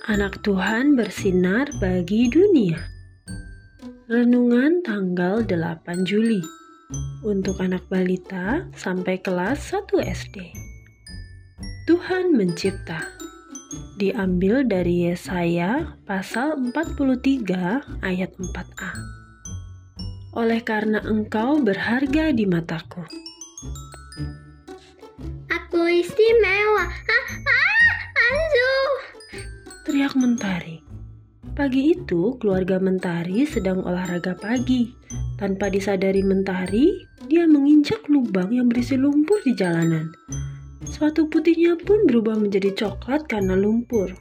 Anak Tuhan bersinar bagi dunia. Renungan tanggal 8 Juli untuk anak balita sampai kelas 1 SD. Tuhan mencipta. Diambil dari Yesaya pasal 43 ayat 4a. Oleh karena engkau berharga di mataku. Aku istimewa. Teriak Mentari. Pagi itu keluarga Mentari sedang olahraga pagi. Tanpa disadari Mentari, dia menginjak lubang yang berisi lumpur di jalanan. Sepatu putihnya pun berubah menjadi coklat karena lumpur.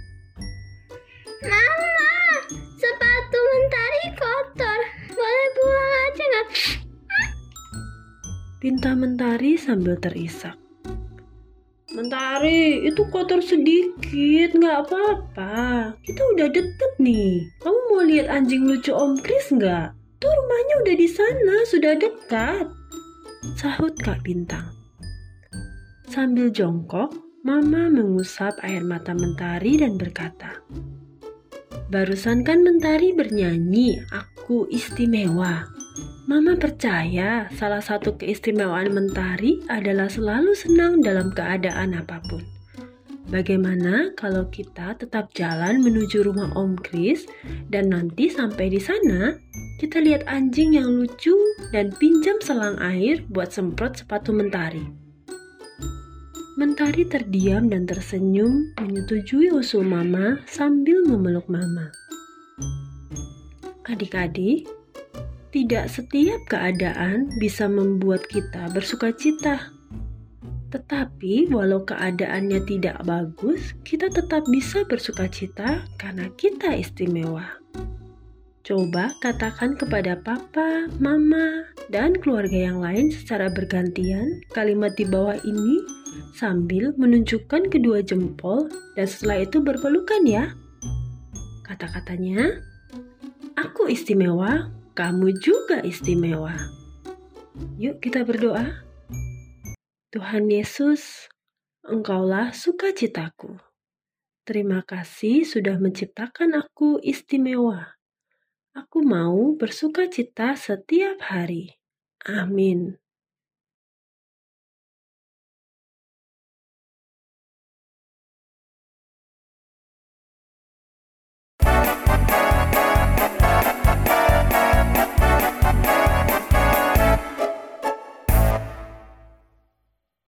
Mama, sepatu Mentari kotor. Boleh pulang aja nggak? Pinta Mentari sambil terisak. Mentari, itu kotor sedikit, nggak apa-apa. Kita udah deket nih. Kamu mau lihat anjing lucu Om Kris nggak? Tuh rumahnya udah di sana, sudah dekat. Sahut Kak Bintang. Sambil jongkok, Mama mengusap air mata Mentari dan berkata, "Barusan kan Mentari bernyanyi, aku istimewa." Mama percaya salah satu keistimewaan Mentari adalah selalu senang dalam keadaan apapun. Bagaimana kalau kita tetap jalan menuju rumah Om Kris dan nanti sampai di sana kita lihat anjing yang lucu dan pinjam selang air buat semprot sepatu Mentari. Mentari terdiam dan tersenyum menyetujui usul Mama sambil memeluk Mama. Adik-adik, tidak setiap keadaan bisa membuat kita bersukacita. Tetapi walau keadaannya tidak bagus, kita tetap bisa bersukacita karena kita istimewa. Coba katakan kepada papa, mama, dan keluarga yang lain secara bergantian kalimat di bawah ini sambil menunjukkan kedua jempol dan setelah itu berpelukan ya. Kata-katanya, aku istimewa, kamu juga istimewa. Yuk kita berdoa. Tuhan Yesus, Engkaulah sukacitaku. Terima kasih sudah menciptakan aku istimewa. Aku mau bersukacita setiap hari. Amin.